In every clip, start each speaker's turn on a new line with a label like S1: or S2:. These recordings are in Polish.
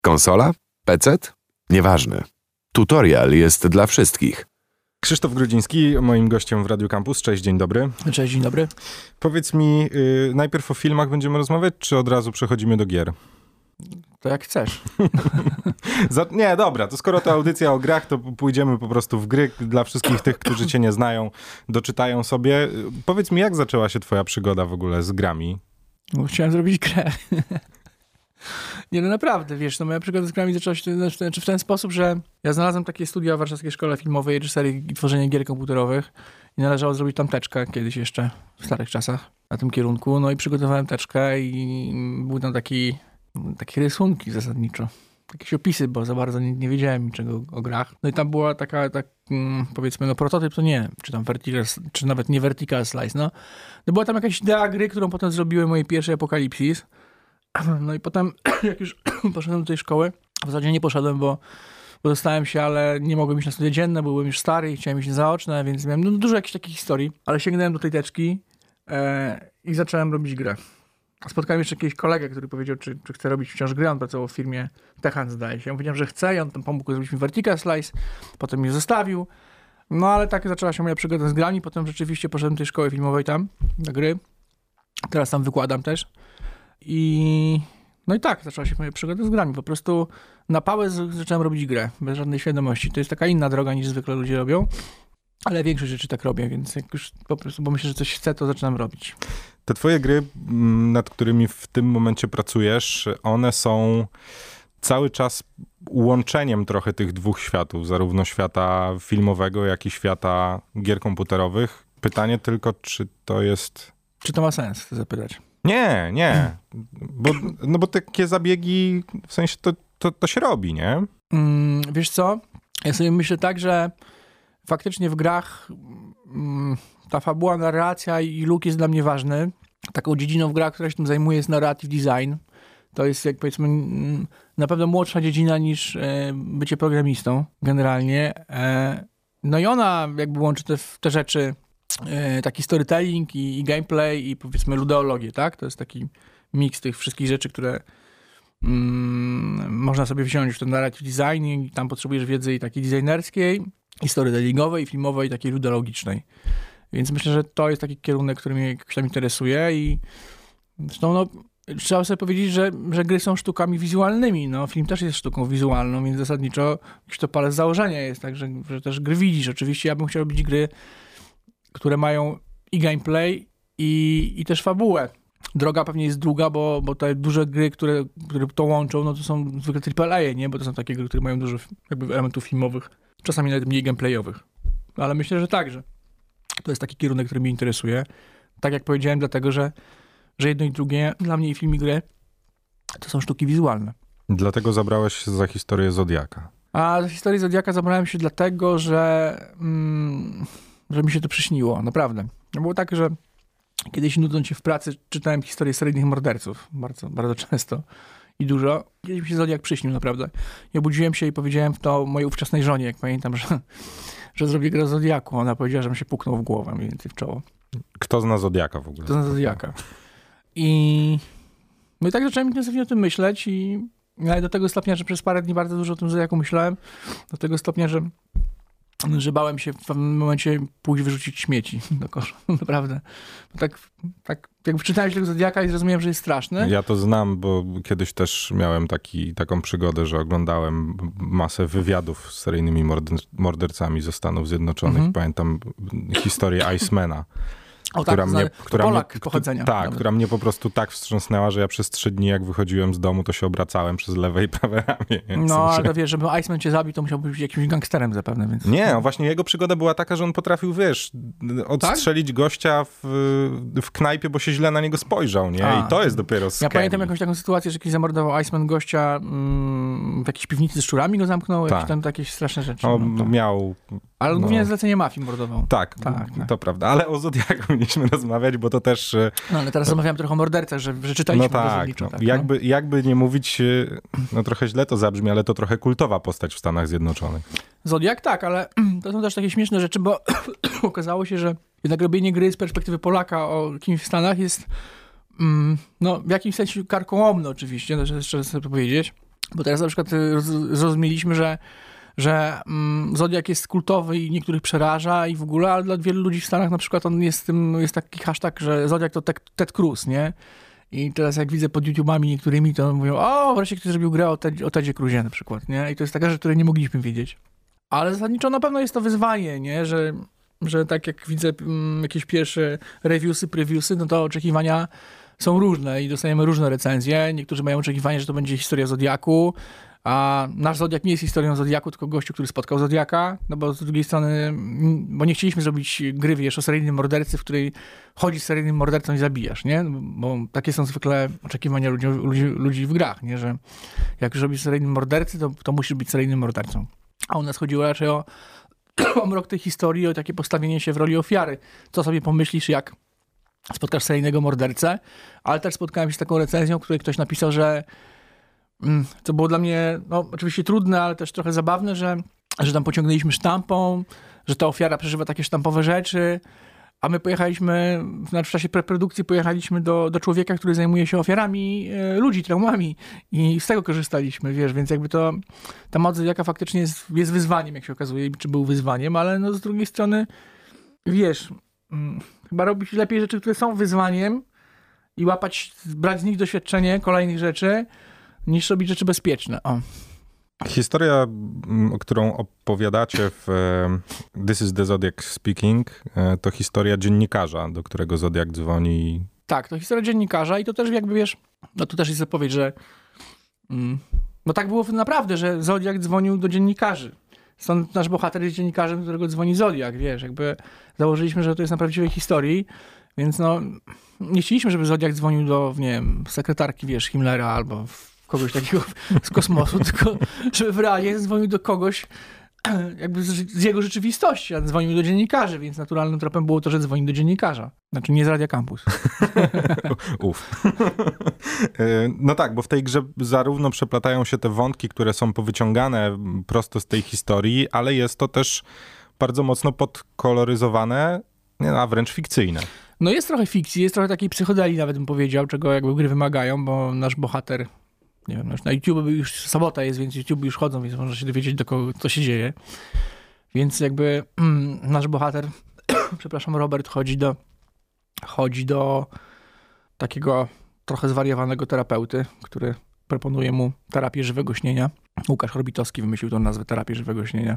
S1: Konsola? PC? Nieważne. Tutorial jest dla wszystkich.
S2: Krzysztof Grudziński, moim gościem w Radio Campus. Cześć, dzień dobry.
S3: Cześć, dzień dobry.
S2: Powiedz mi, najpierw o filmach będziemy rozmawiać, czy od razu przechodzimy do gier?
S3: To jak chcesz.
S2: Nie, dobra, to skoro to audycja o grach, to pójdziemy po prostu w gry. Dla wszystkich tych, którzy cię nie znają, doczytają sobie. Powiedz mi, jak zaczęła się twoja przygoda w ogóle z grami?
S3: Bo chciałem zrobić grę. Nie, no naprawdę, wiesz, no moja przygoda z grami zaczęła się w ten sposób, że ja znalazłem takie studia w Warszawskiej Szkole Filmowej, reżyserii i tworzenia gier komputerowych i należało zrobić tam teczkę kiedyś jeszcze, w starych czasach, na tym kierunku. No i przygotowałem teczkę i były tam takie rysunki zasadniczo. Jakieś opisy, bo za bardzo nie wiedziałem niczego o grach. No i tam była powiedzmy, no prototyp to nie, czy tam vertical, czy nawet nie vertical slice, no. No była tam jakaś idea gry, którą potem zrobiły moje pierwsze Apokalipsis. No i potem, jak już poszedłem do tej szkoły, w zasadzie nie poszedłem, bo dostałem się, ale nie mogłem iść na studia dzienne, byłem już stary i chciałem iść na zaoczne, więc miałem dużo jakichś takich historii, ale sięgnąłem do tej teczki i zacząłem robić grę. Spotkałem jeszcze jakiegoś kolegę, który powiedział, czy chce robić wciąż grę. On pracował w firmie Techant, zdaje się. Ja powiedziałem, że chce i on tam pomógł zrobić mi vertical slice, potem mnie zostawił. No ale tak zaczęła się moja przygoda z grami, potem rzeczywiście poszedłem do tej szkoły filmowej tam, na gry. Teraz tam wykładam też. No i tak, zaczęła się moja przygoda z grami. Po prostu na pałę zacząłem robić grę, bez żadnej świadomości. To jest taka inna droga, niż zwykle ludzie robią, ale większość rzeczy tak robię, więc jak już po prostu, bo myślę, że coś chcę, to zaczynam robić.
S2: Te twoje gry, nad którymi w tym momencie pracujesz, one są cały czas łączeniem trochę tych dwóch światów, zarówno świata filmowego, jak i świata gier komputerowych. Pytanie tylko, czy to jest...
S3: Czy to ma sens, chcę zapytać?
S2: Nie. Bo takie zabiegi, w sensie to się robi, nie?
S3: Wiesz co? Ja sobie myślę tak, że faktycznie w grach ta fabuła, narracja i look jest dla mnie ważny. Taką dziedziną w grach, która się tym zajmuje, jest narrative design. To jest, jak powiedzmy, na pewno młodsza dziedzina niż bycie programistą generalnie. No i ona jakby łączy te rzeczy, taki storytelling i gameplay i powiedzmy ludoologię, tak? To jest taki miks tych wszystkich rzeczy, które można sobie wziąć w ten narrative design i tam potrzebujesz wiedzy i takiej designerskiej, i storytellingowej, i filmowej, i takiej ludologicznej. Więc myślę, że to jest taki kierunek, który mnie jakoś tam interesuje i zresztą no, trzeba sobie powiedzieć, że gry są sztukami wizualnymi. No, film też jest sztuką wizualną, więc zasadniczo jakiś to palec założenia jest, tak, że też gry widzisz. Oczywiście ja bym chciał robić gry, które mają i gameplay, i też fabułę. Droga pewnie jest długa, bo te duże gry, które to łączą, no to są zwykle AAA, nie? Bo to są takie gry, które mają dużo jakby elementów filmowych, czasami nawet mniej gameplayowych. Ale myślę, że tak, że to jest taki kierunek, który mnie interesuje. Tak jak powiedziałem, dlatego, że jedno i drugie, dla mnie i film i gry, to są sztuki wizualne.
S2: Dlatego zabrałeś się za historię Zodiaka.
S3: A za historię Zodiaka zabrałem się dlatego, że mi się to przyśniło, naprawdę. Było tak, że kiedyś nudząc się w pracy, czytałem historię seryjnych morderców. Bardzo, bardzo często i dużo. Kiedyś mi się Zodiak przyśnił, naprawdę. I obudziłem się i powiedziałem to mojej ówczesnej żonie, jak pamiętam, że zrobię grę o Zodiaku. Ona powiedziała, że mi się puknął w głowę, mniej więcej w czoło.
S2: Kto zna Zodiaka w ogóle?
S3: Kto zna Zodiaka. No i tak zacząłem intensywnie o tym myśleć i do tego stopnia, że przez parę dni bardzo dużo o tym Zodiaku myślałem. Do tego stopnia, że bałem się w pewnym momencie pójść wyrzucić śmieci do kosza. Naprawdę. Tak jakby czytałem się tego Zodiaka i zrozumiałem, że jest straszny.
S2: Ja to znam, bo kiedyś też miałem taką przygodę, że oglądałem masę wywiadów z seryjnymi mordercami ze Stanów Zjednoczonych. Pamiętam historię Icemana.
S3: Polak pochodzenia.
S2: Tak, która mnie po prostu tak wstrząsnęła, że ja przez 3 dni, jak wychodziłem z domu, to się obracałem przez lewe i prawe ramię.
S3: No, ale to wiesz, żeby Iceman cię zabił, to musiał być jakimś gangsterem zapewne, więc...
S2: Nie, właśnie jego przygoda była taka, że on potrafił, wiesz, odstrzelić gościa w knajpie, bo się źle na niego spojrzał, nie? I to jest dopiero scam.
S3: Ja pamiętam jakąś taką sytuację, że kiedyś zamordował Iceman gościa w jakiejś piwnicy z szczurami go zamknął, jakieś tam takie straszne rzeczy.
S2: Miał...
S3: Ale głównie zlecenie mafii mordował.
S2: Tak, to prawda. Ale o Zodiaku mieliśmy rozmawiać, bo to też...
S3: No ale teraz rozmawiamy trochę o mordercach, że czytaliśmy zasadniczo.
S2: Jakby nie mówić, no trochę źle to zabrzmi, ale to trochę kultowa postać w Stanach Zjednoczonych.
S3: Zodiak tak, ale to są też takie śmieszne rzeczy, bo okazało się, że jednak robienie gry z perspektywy Polaka o kimś w Stanach jest w jakimś sensie karkołomne oczywiście, to trzeba sobie powiedzieć. Bo teraz na przykład zrozumieliśmy, że Zodiak jest kultowy i niektórych przeraża i w ogóle, ale dla wielu ludzi w Stanach na przykład jest taki hashtag, że Zodiak to Ted Cruz, nie? I teraz jak widzę pod YouTubami niektórymi, to mówią, wreszcie ktoś zrobił grę o Tedzie Cruzie na przykład, nie? I to jest taka rzecz, której nie mogliśmy wiedzieć. Ale zasadniczo na pewno jest to wyzwanie, nie? Że tak jak widzę jakieś pierwsze reviewsy, previewsy, no to oczekiwania są różne i dostajemy różne recenzje. Niektórzy mają oczekiwanie, że to będzie historia Zodiaku, a nasz Zodiak nie jest historią Zodiaku, tylko gościu, który spotkał Zodiaka, no bo z drugiej strony, bo nie chcieliśmy zrobić gry, wiesz, o seryjnym mordercy, w której chodzisz z seryjnym mordercą i zabijasz, nie? Bo takie są zwykle oczekiwania ludzi w grach, nie? Że jak już robisz seryjnym mordercy, to musisz być seryjnym mordercą. A u nas chodziło raczej o mrok tej historii, o takie postawienie się w roli ofiary. Co sobie pomyślisz, jak spotkasz seryjnego mordercę, ale też spotkałem się z taką recenzją, w której ktoś napisał, że to było dla mnie, no oczywiście trudne, ale też trochę zabawne, że tam pociągnęliśmy sztampą, że ta ofiara przeżywa takie sztampowe rzeczy, a my pojechaliśmy, w czasie preprodukcji pojechaliśmy do człowieka, który zajmuje się ofiarami ludzi, traumami i z tego korzystaliśmy, wiesz, więc jakby ta moc Zodiaka faktycznie jest wyzwaniem, jak się okazuje, czy był wyzwaniem, ale no z drugiej strony, wiesz, chyba robić lepiej rzeczy, które są wyzwaniem i brać z nich doświadczenie kolejnych rzeczy, niż robić rzeczy bezpieczne.
S2: Historia, którą opowiadacie w This is the Zodiac Speaking, to historia dziennikarza, do którego Zodiak dzwoni.
S3: Tak, to historia dziennikarza i to też jakby, wiesz, no tu też jest zapowiedź, że no tak było naprawdę, że Zodiak dzwonił do dziennikarzy. Stąd nasz bohater jest dziennikarzem, do którego dzwoni Zodiak, wiesz, jakby założyliśmy, że to jest na prawdziwej historii, więc no nie chcieliśmy, żeby Zodiak dzwonił do, nie wiem, sekretarki, wiesz, Himmlera albo kogoś takiego z kosmosu, tylko żeby realnie dzwonił do kogoś jakby z jego rzeczywistości, a dzwonił do dziennikarzy, więc naturalnym tropem było to, że dzwoni do dziennikarza. Znaczy nie z Radia Campus.
S2: No tak, bo w tej grze zarówno przeplatają się te wątki, które są powyciągane prosto z tej historii, ale jest to też bardzo mocno podkoloryzowane, a wręcz fikcyjne.
S3: No jest trochę fikcji, jest trochę takiej psychodelii nawet bym powiedział, czego jakby gry wymagają, bo nasz bohater, nie wiem, na YouTube już sobota jest, więc YouTube już chodzą, więc można się dowiedzieć, do kogo co się dzieje. Więc jakby nasz bohater, przepraszam, Robert chodzi do takiego trochę zwariowanego terapeuty, który proponuje mu terapię żywego śnienia. Łukasz Orbitowski wymyślił tą nazwę terapię żywego śnienia.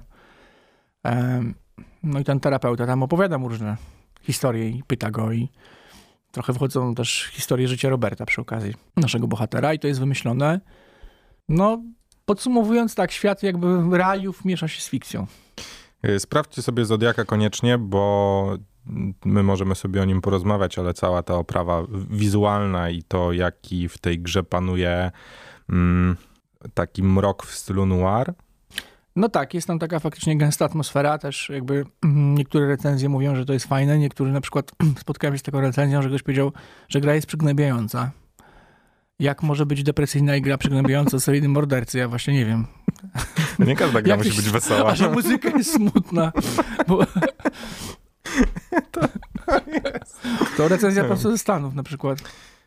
S3: No i ten terapeuta tam opowiada mu różne historie i pyta go i trochę wchodzą też historie życia Roberta przy okazji naszego bohatera i to jest wymyślone. No, podsumowując tak, świat jakby realiów miesza się z fikcją.
S2: Sprawdźcie sobie Zodiaka koniecznie, bo my możemy sobie o nim porozmawiać, ale cała ta oprawa wizualna i to, jaki w tej grze panuje taki mrok w stylu noir. No
S3: tak, jest tam taka faktycznie gęsta atmosfera, też jakby niektóre recenzje mówią, że to jest fajne, niektórzy na przykład spotkałem się z taką recenzją, że ktoś powiedział, że gra jest przygnębiająca. Jak może być depresyjna i gra przygnębiająca o seryjnym mordercy? Ja właśnie nie wiem.
S2: Nie każda gra musi być wesoła.
S3: A że muzyka jest smutna. Bo... to recenzja prosto ze Stanów na przykład.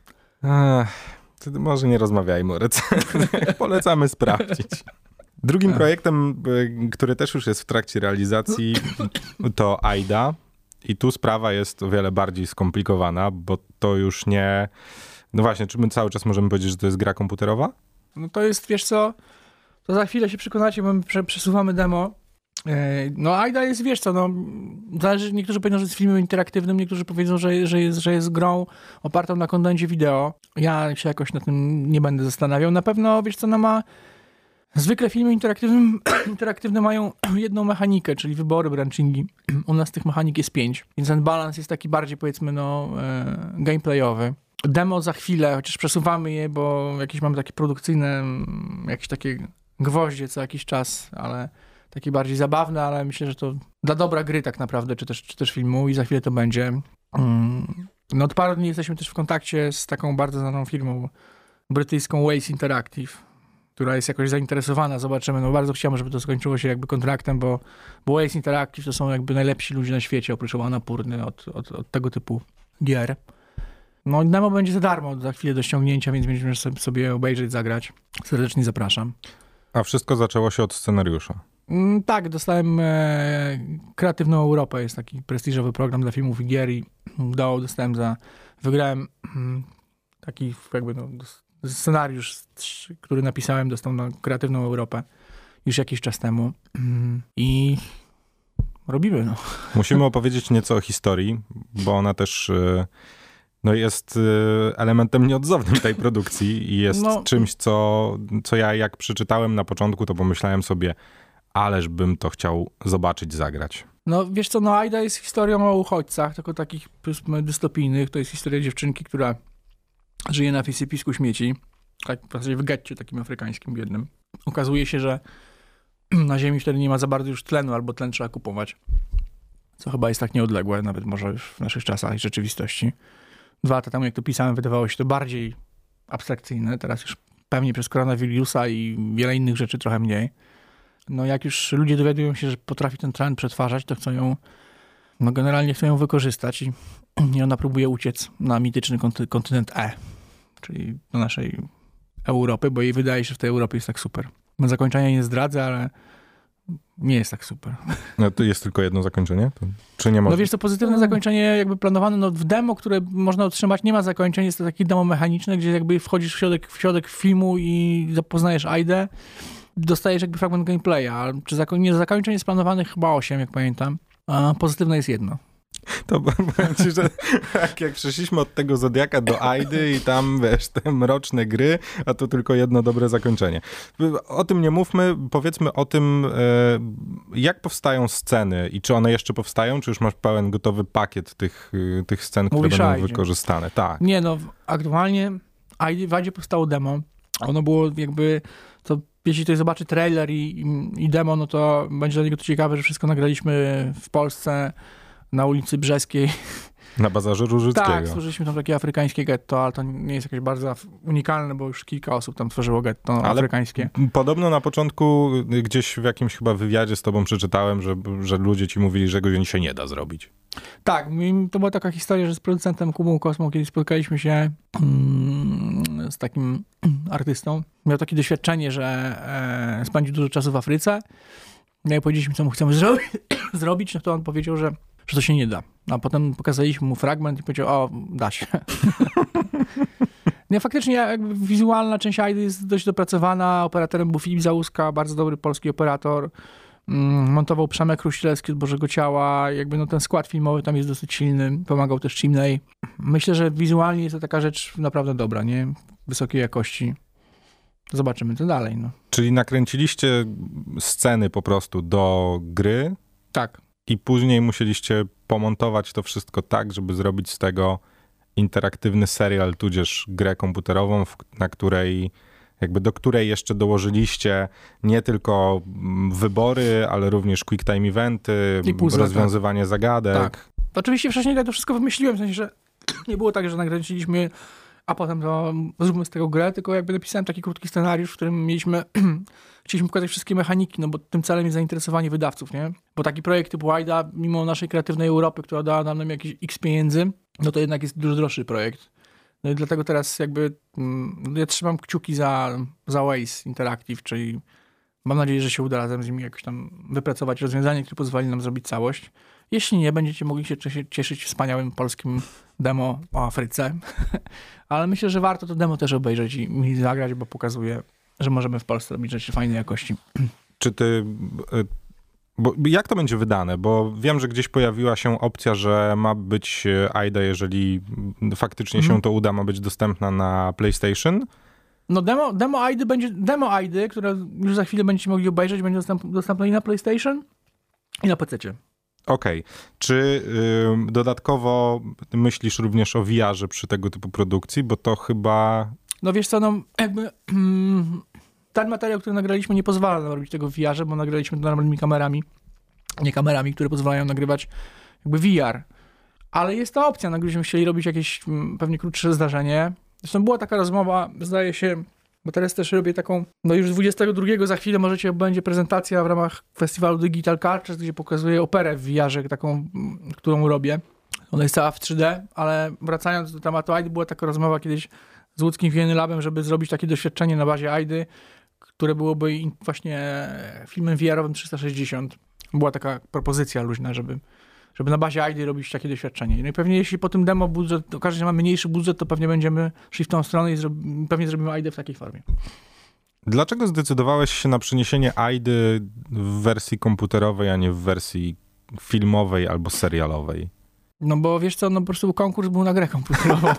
S2: Może nie rozmawiajmy o recenzjach. Polecamy sprawdzić. Drugim projektem, który też już jest w trakcie realizacji, to Aida. I tu sprawa jest o wiele bardziej skomplikowana, bo to już nie... No właśnie, czy my cały czas możemy powiedzieć, że to jest gra komputerowa?
S3: No to jest, wiesz co, to za chwilę się przekonacie, bo my przesuwamy demo. No Aida jest, wiesz co, no zależy, niektórzy powiedzą, że jest filmem interaktywnym, niektórzy powiedzą, że jest grą opartą na kontencie wideo. Ja się jakoś na tym nie będę zastanawiał. Na pewno, wiesz co, no ma... Zwykle filmy interaktywne mają jedną mechanikę, czyli wybory, branchingi. U nas tych mechanik jest 5, więc ten balans jest taki bardziej, powiedzmy, no, gameplayowy. Demo za chwilę, chociaż przesuwamy je, bo jakieś mamy takie produkcyjne, jakieś takie gwoździe co jakiś czas, ale takie bardziej zabawne, ale myślę, że to dla dobra gry tak naprawdę, czy też filmu i za chwilę to będzie. No od paru dni jesteśmy też w kontakcie z taką bardzo znaną firmą brytyjską Waze Interactive, która jest jakoś zainteresowana, zobaczymy. No bardzo chciałbym, żeby to skończyło się jakby kontraktem, bo Waze Interactive to są jakby najlepsi ludzie na świecie, oprócz Annapurny od tego typu gier. No demo będzie za darmo za chwilę do ściągnięcia, więc będziemy sobie obejrzeć, zagrać. Serdecznie zapraszam.
S2: A wszystko zaczęło się od scenariusza.
S3: Tak, dostałem Kreatywną Europę, jest taki prestiżowy program dla filmów i gier i wygrałem taki jakby scenariusz, który napisałem, dostał na Kreatywną Europę już jakiś czas temu i robimy, no.
S2: Musimy opowiedzieć nieco o historii, bo ona też jest elementem nieodzownym tej produkcji i jest czymś, co ja jak przeczytałem na początku, to pomyślałem sobie, ależ bym to chciał zobaczyć, zagrać.
S3: No wiesz co, Aida jest historią o uchodźcach, tylko takich dystopijnych. To jest historia dziewczynki, która żyje na wysypisku śmieci, tak w zasadzie w getcie takim afrykańskim biednym. Okazuje się, że na ziemi wtedy nie ma za bardzo już tlenu, albo tlen trzeba kupować. Co chyba jest tak nieodległe, nawet może już w naszych czasach i rzeczywistości. 2 lata temu, jak to pisałem, wydawało się to bardziej abstrakcyjne. Teraz już pewnie przez koronawirusa i wiele innych rzeczy trochę mniej. No jak już ludzie dowiadują się, że potrafi ten tlen przetwarzać, to chcą ją, generalnie chcą ją wykorzystać i ona próbuje uciec na mityczny kontynent czyli do naszej Europy, bo jej wydaje się, że w tej Europie jest tak super. Zakończenia nie zdradzę, ale nie jest tak super.
S2: No to jest tylko jedno zakończenie? Czy nie ma?
S3: No wiesz, to pozytywne zakończenie jakby planowane, w demo, które można otrzymać, nie ma zakończeń, jest to takie demo mechaniczne, gdzie jakby wchodzisz w środek filmu i poznajesz Aidę, dostajesz jakby fragment gameplaya. Zakończeń jest planowanych chyba 8, jak pamiętam, a pozytywne jest jedno.
S2: To powiem ci, że jak przeszliśmy od tego Zodiaka do Aidy i tam, wiesz, te mroczne gry, a to tylko jedno dobre zakończenie. O tym nie mówmy, powiedzmy o tym, jak powstają sceny i czy one jeszcze powstają, czy już masz pełen gotowy pakiet tych scen, które będą wykorzystane. Tak.
S3: Nie, aktualnie w Aidzie powstało demo. Ono było jakby, jeśli ktoś zobaczy trailer i demo, no to będzie dla niego to ciekawe, że wszystko nagraliśmy w Polsce, na ulicy Brzeskiej.
S2: Na bazarze Różyckiego.
S3: Tak, stworzyliśmy tam takie afrykańskie getto, ale to nie jest jakieś bardzo unikalne, bo już kilka osób tam tworzyło getto afrykańskie.
S2: Podobno na początku gdzieś w jakimś chyba wywiadzie z tobą przeczytałem, że ludzie ci mówili, że go się nie da zrobić.
S3: Tak, to była taka historia, że z producentem Kubą Kosmą, kiedy spotkaliśmy się z takim artystą, miał takie doświadczenie, że spędził dużo czasu w Afryce. No i powiedzieliśmy, co mu chcemy zrobić, no to on powiedział, że to się nie da. A potem pokazaliśmy mu fragment i powiedział, da się. Nie, faktycznie jakby wizualna część Aidy jest dość dopracowana. Operatorem był Filip Załuska, bardzo dobry polski operator. Montował Przemek Ruścielewski od Bożego Ciała. Jakby ten skład filmowy tam jest dosyć silny. Pomagał też Chimney. Myślę, że wizualnie jest to taka rzecz naprawdę dobra, nie? Wysokiej jakości. Zobaczymy to dalej. No.
S2: Czyli nakręciliście sceny po prostu do gry?
S3: Tak.
S2: I później musieliście pomontować to wszystko tak, żeby zrobić z tego interaktywny serial, tudzież grę komputerową, do której jeszcze dołożyliście nie tylko wybory, ale również quick time eventy, rozwiązywanie zagadek.
S3: Tak. Oczywiście wcześniej to wszystko wymyśliłem, w sensie, że nie było tak, że nakręciliśmy, a potem to zróbmy z tego grę, tylko jakby napisałem taki krótki scenariusz, w którym chcieliśmy pokazać wszystkie mechaniki, no bo tym celem jest zainteresowanie wydawców, nie? Bo taki projekt typu Aida, mimo naszej Kreatywnej Europy, która dała nam jakieś x pieniędzy, no to jednak jest dużo droższy projekt. No i dlatego teraz jakby ja trzymam kciuki za Waze Interactive, czyli mam nadzieję, że się uda razem z nimi jakoś tam wypracować rozwiązanie, które pozwoli nam zrobić całość. Jeśli nie, będziecie mogli się cieszyć wspaniałym polskim demo o Afryce. Ale myślę, że warto to demo też obejrzeć i zagrać, bo pokazuje, że możemy w Polsce robić rzeczy fajnej jakości.
S2: Czy ty... jak to będzie wydane? Bo wiem, że gdzieś pojawiła się opcja, że ma być Aida, jeżeli faktycznie się to uda, ma być dostępna na PlayStation.
S3: No demo Aidy, które już za chwilę będziecie mogli obejrzeć, będzie dostępne i na PlayStation, i na PC-cie.
S2: Okej. Czy dodatkowo myślisz również o VR-ze przy tego typu produkcji? Bo to chyba...
S3: No wiesz co, jakby ten materiał, który nagraliśmy, nie pozwala nam robić tego w VR-ze, bo nagraliśmy to normalnymi kamerami, nie kamerami, które pozwalają nagrywać jakby VR. Ale jest to opcja, gdybyśmy chcieli robić jakieś pewnie krótsze zdarzenie. Zresztą była taka rozmowa, zdaje się, bo teraz też robię taką, już 22 za chwilę będzie prezentacja w ramach festiwalu Digital Cultures, gdzie pokazuję operę w VR-ze, taką, którą robię. Ona jest cała w 3D, ale wracając do tematu AIDy, była taka rozmowa kiedyś z łódzkim VN-Labem, żeby zrobić takie doświadczenie na bazie AIDy, które byłoby właśnie filmem VR-owym 360. Była taka propozycja luźna, żeby na bazie AIDy robić takie doświadczenie. No i pewnie jeśli po tym demo budżet, okaże się, że mamy mniejszy budżet, to pewnie będziemy szli w tą stronę i pewnie zrobimy AIDę w takiej formie.
S2: Dlaczego zdecydowałeś się na przeniesienie AIDy w wersji komputerowej, a nie w wersji filmowej albo serialowej?
S3: No bo wiesz co, no po prostu konkurs był na grę komputerową.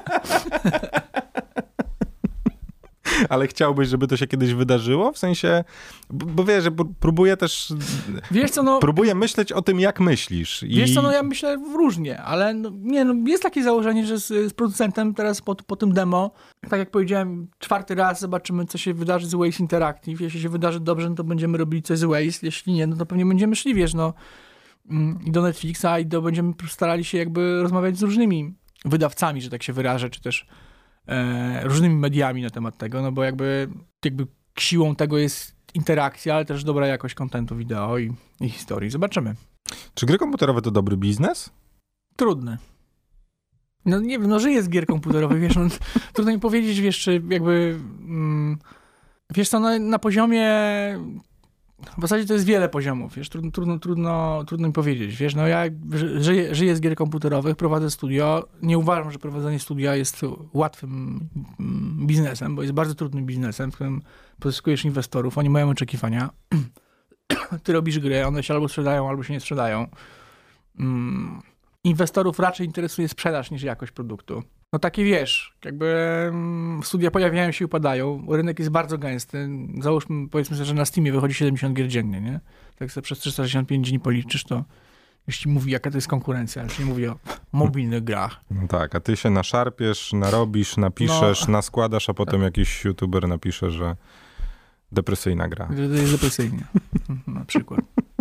S2: Ale chciałbyś, żeby to się kiedyś wydarzyło? W sensie, bo wiesz, że próbuję też...
S3: Wiesz co, no...
S2: Próbuję myśleć o tym, jak myślisz.
S3: Wiesz co, no ja myślę różnie, ale jest takie założenie, że z producentem teraz po tym demo, tak jak powiedziałem, 4. raz zobaczymy, co się wydarzy z Waze Interactive. Jeśli się wydarzy dobrze, no to będziemy robili coś z Waze. Jeśli nie, no to pewnie będziemy szli, wiesz, no i do Netflixa i będziemy starali się jakby rozmawiać z różnymi wydawcami, że tak się wyrażę, czy też różnymi mediami na temat tego, no bo jakby siłą tego jest interakcja, ale też dobra jakość kontentu wideo i historii. Zobaczymy.
S2: Czy gry komputerowe to dobry biznes?
S3: Trudny. No nie wiem, no żyję z gier komputerowych, wiesz, no, trudno mi powiedzieć, wiesz, czy jakby wiesz co, no, na poziomie w zasadzie to jest wiele poziomów, wiesz, trudno mi powiedzieć, wiesz, no ja żyję z gier komputerowych, prowadzę studio, nie uważam, że prowadzenie studia jest łatwym biznesem, bo jest bardzo trudnym biznesem, w którym pozyskujesz inwestorów, oni mają oczekiwania, ty robisz gry, one się albo sprzedają, albo się nie sprzedają. Inwestorów raczej interesuje sprzedaż niż jakość produktu. No takie wiesz, jakby studia pojawiają się i upadają, rynek jest bardzo gęsty, załóżmy, powiedzmy sobie, że na Steamie wychodzi 70 gier dziennie, nie? Tak sobie przez 365 dni policzysz, to jeśli mówi, jaka to jest konkurencja, już nie mówię o mobilnych grach.
S2: No tak, a ty się naszarpiesz, narobisz, napiszesz, naskładasz, a potem jakiś youtuber napisze, że depresyjna gra.
S3: Że to jest depresyjnie, na przykład.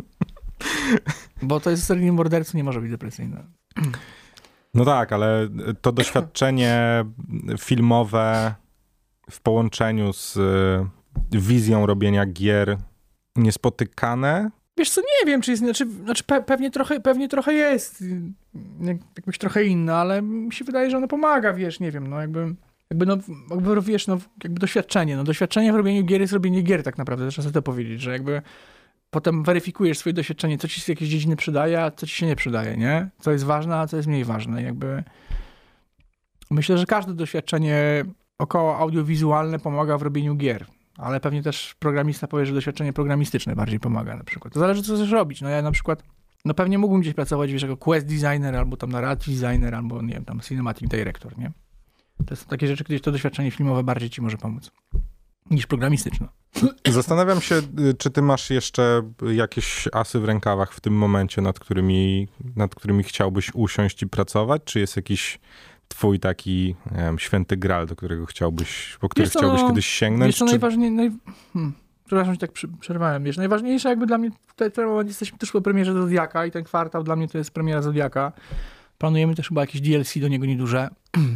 S3: Bo to jest seryjnym mordercą, nie może być depresyjne.
S2: No tak, ale to doświadczenie filmowe w połączeniu z wizją robienia gier niespotykane?
S3: Wiesz co, nie wiem, czy jest, pewnie trochę jest jakbyś trochę inna, ale mi się wydaje, że ono pomaga, wiesz, nie wiem, no jakby wiesz, no jakby doświadczenie w robieniu gier jest robienie gier tak naprawdę, trzeba sobie to powiedzieć, że jakby potem weryfikujesz swoje doświadczenie, co ci z jakiejś dziedziny przydaje, a co ci się nie przydaje, nie? Co jest ważne, a co jest mniej ważne. Jakby myślę, że każde doświadczenie około audiowizualne pomaga w robieniu gier, ale pewnie też programista powie, że doświadczenie programistyczne bardziej pomaga na przykład. To zależy, co chcesz robić. No ja na przykład, no pewnie mógłbym gdzieś pracować, wiesz, jako quest designer, albo tam narrative designer, albo nie wiem, tam cinematic director, nie? To są takie rzeczy, gdzie to doświadczenie filmowe bardziej ci może pomóc niż programistyczne.
S2: Zastanawiam się, czy ty masz jeszcze jakieś asy w rękawach w tym momencie, nad którymi chciałbyś usiąść i pracować? Czy jest jakiś twój taki, nie wiem, święty gral, po który chciałbyś kiedyś sięgnąć?
S3: Wiesz co, przepraszam, że tak przerwałem. Wiesz, najważniejsze jakby dla mnie, w tym momencie jesteśmy też po premierze Zodiaka i ten kwartał dla mnie to jest premiera Zodiaka. Planujemy też chyba jakieś DLC do niego nieduże.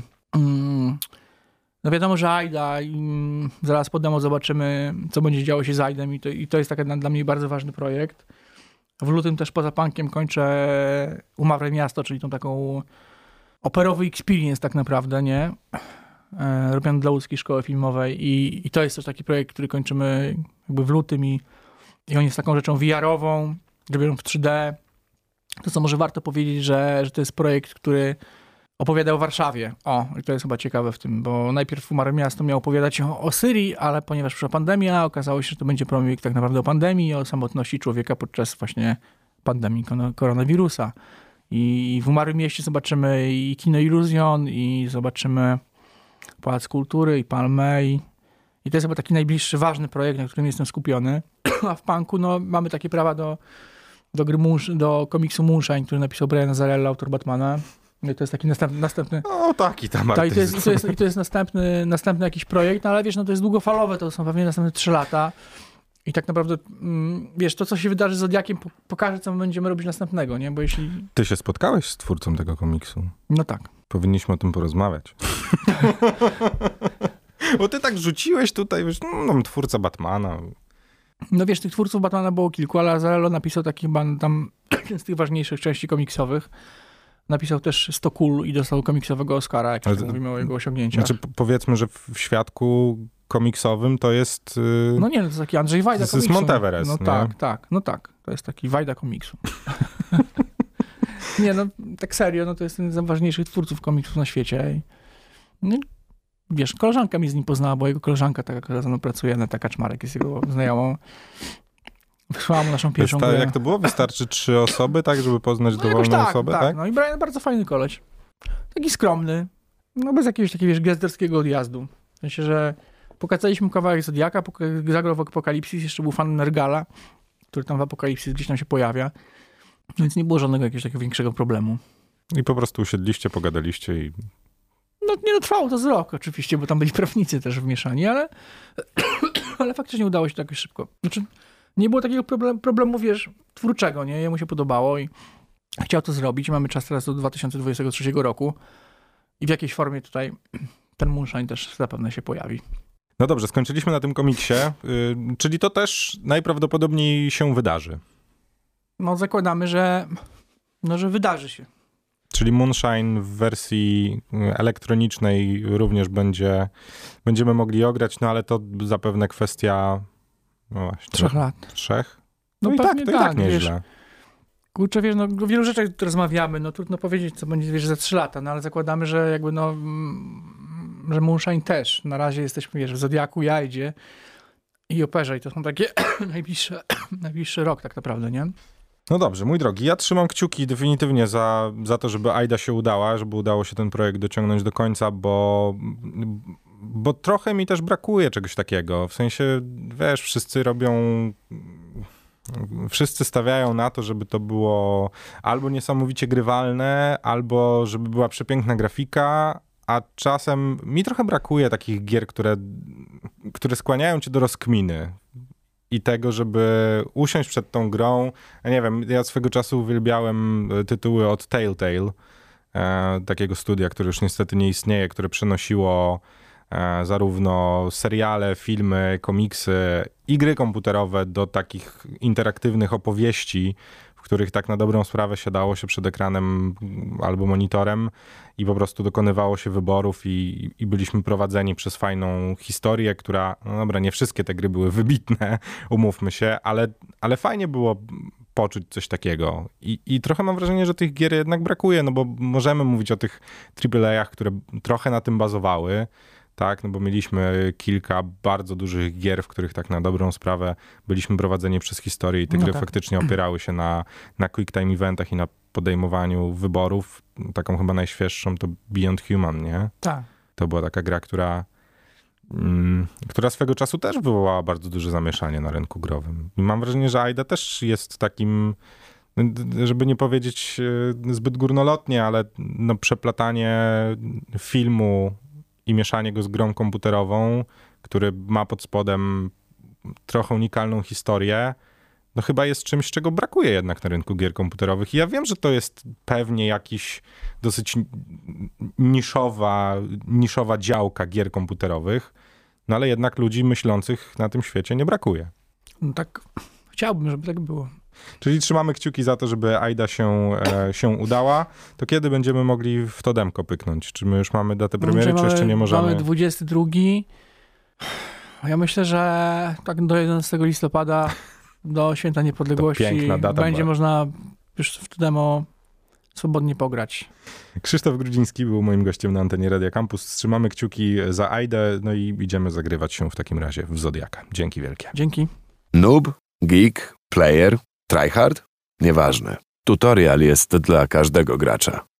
S3: No wiadomo, że AIDA i zaraz po demo zobaczymy, co będzie działo się z AIDem i to jest taki dla mnie bardzo ważny projekt. W lutym też poza punkiem kończę Umawre Miasto, czyli tą taką operowy experience tak naprawdę, nie? Robiony dla łódzkiej szkoły filmowej i to jest też taki projekt, który kończymy jakby w lutym i on jest taką rzeczą VR-ową, robioną w 3D. To co może warto powiedzieć, że to jest projekt, który opowiada o Warszawie. I to jest chyba ciekawe w tym, bo najpierw Umawre Miasto miało opowiadać o Syrii, ale ponieważ przyszła pandemia, okazało się, że to będzie projekt tak naprawdę o pandemii, o samotności człowieka podczas właśnie pandemii koronawirusa. I w Umarłym Mieście zobaczymy i Kino Iluzjon, i zobaczymy Pałac Kultury, i Palmę. I to jest chyba taki najbliższy, ważny projekt, na którym jestem skupiony. A w punku mamy takie prawa do komiksu Moonshine, który napisał Brian Azzarello, autor Batmana. I to jest taki następny...
S2: O, taki tam artysta.
S3: I to jest następny jakiś projekt, no ale wiesz, to jest długofalowe, to są pewnie następne 3 lata. I tak naprawdę, wiesz, to co się wydarzy z Zodiakiem pokaże, co my będziemy robić następnego, nie? Bo jeśli...
S2: Ty się spotkałeś z twórcą tego komiksu?
S3: No tak.
S2: Powinniśmy o tym porozmawiać. Bo ty tak rzuciłeś tutaj, wiesz, twórca Batmana.
S3: No wiesz, tych twórców Batmana było kilku, ale Azzarello napisał taki chyba tam z tych ważniejszych części komiksowych. napisał też 100 kul i dostał komiksowego Oscara, jak tak mówimy o jego osiągnięciach.
S2: Znaczy, powiedzmy, że w świadku komiksowym to jest...
S3: No nie, to jest taki Andrzej Wajda komiksu.
S2: To jest Monteverest,
S3: No tak, to jest taki Wajda komiksu. Nie, no tak serio, no to jest jeden z najważniejszych twórców komiksów na świecie. I, no, wiesz, koleżanka mnie z nim poznała, bo jego koleżanka, taka, która ze mną pracuje, Aneta Kaczmarek, jest jego znajomą. Wysłała mu naszą pierwszą grę.
S2: Jak to było? Wystarczy 3 osoby, tak, żeby poznać dowolną osobę, tak?
S3: No i Brian bardzo fajny koleś. Taki skromny, no bez jakiegoś takiego, wiesz, gwiazderskiego odjazdu. W sensie, że pokazaliśmy kawałek Zodiaka, zagrał w Apokalipsis, jeszcze był fan Nergala, który tam w Apokalipsis gdzieś tam się pojawia. Więc nie było żadnego jakiegoś takiego większego problemu.
S2: I po prostu usiedliście, pogadaliście i...
S3: No trwało to z rok oczywiście, bo tam byli prawnicy też wmieszani, ale faktycznie udało się to jakoś szybko. Znaczy, nie było takiego problemu, wiesz, twórczego, nie? Jemu się podobało i chciał to zrobić. Mamy czas teraz do 2023 roku i w jakiejś formie tutaj ten Moonshine też zapewne się pojawi.
S2: No dobrze, skończyliśmy na tym komiksie, czyli to też najprawdopodobniej się wydarzy.
S3: No zakładamy, że wydarzy się.
S2: Czyli Moonshine w wersji elektronicznej również będziemy mogli ograć, no ale to zapewne kwestia... No właśnie,
S3: 3 lat.
S2: 3?
S3: No
S2: i
S3: tak,
S2: nieźle.
S3: Wiesz, kurczę, wiesz, no o wielu rzeczach rozmawiamy, no trudno powiedzieć, co będzie, wiesz, za 3 lata, no ale zakładamy, że jakby że Moonshine też. Na razie jesteśmy, wiesz, w Zodiaku, Jajdzie i Operze i to są takie najbliższy rok tak naprawdę, nie?
S2: No dobrze, mój drogi, ja trzymam kciuki definitywnie za to, żeby Aida się udała, żeby udało się ten projekt dociągnąć do końca, bo trochę mi też brakuje czegoś takiego. W sensie, wiesz, wszyscy stawiają na to, żeby to było albo niesamowicie grywalne, albo żeby była przepiękna grafika, a czasem mi trochę brakuje takich gier, które skłaniają cię do rozkminy i tego, żeby usiąść przed tą grą. Ja nie wiem, ja swego czasu uwielbiałem tytuły od Telltale, takiego studia, które już niestety nie istnieje, które przenosiło zarówno seriale, filmy, komiksy i gry komputerowe do takich interaktywnych opowieści, w których tak na dobrą sprawę siadało się przed ekranem albo monitorem i po prostu dokonywało się wyborów i byliśmy prowadzeni przez fajną historię, która, no dobra, nie wszystkie te gry były wybitne, umówmy się, ale fajnie było poczuć coś takiego. I trochę mam wrażenie, że tych gier jednak brakuje, no bo możemy mówić o tych AAA-ach, które trochę na tym bazowały, tak, no bo mieliśmy kilka bardzo dużych gier, w których tak na dobrą sprawę byliśmy prowadzeni przez historię i te gry faktycznie opierały się na quick time eventach i na podejmowaniu wyborów. Taką chyba najświeższą to Beyond Human, nie?
S3: Tak.
S2: To była taka gra, która swego czasu też wywołała bardzo duże zamieszanie na rynku growym. I mam wrażenie, że Aida też jest takim, żeby nie powiedzieć zbyt górnolotnie, ale no przeplatanie filmu i mieszanie go z grą komputerową, który ma pod spodem trochę unikalną historię, no chyba jest czymś, czego brakuje jednak na rynku gier komputerowych. I ja wiem, że to jest pewnie jakiś dosyć niszowa działka gier komputerowych, no ale jednak ludzi myślących na tym świecie nie brakuje.
S3: No tak, chciałbym, żeby tak było.
S2: Czyli trzymamy kciuki za to, żeby Aida się udała. To kiedy będziemy mogli w to demko pyknąć? Czy my już mamy datę premiery, czy jeszcze nie możemy?
S3: Mamy 22. Ja myślę, że tak do 11 listopada, do Święta Niepodległości będzie można już w to demo swobodnie pograć.
S2: Krzysztof Grudziński był moim gościem na antenie Radia Campus. Trzymamy kciuki za Aidę, no i idziemy zagrywać się w takim razie w Zodiaka. Dzięki wielkie.
S3: Dzięki.
S1: Noob, geek, player, tryhard? Nieważne. Tutorial jest dla każdego gracza.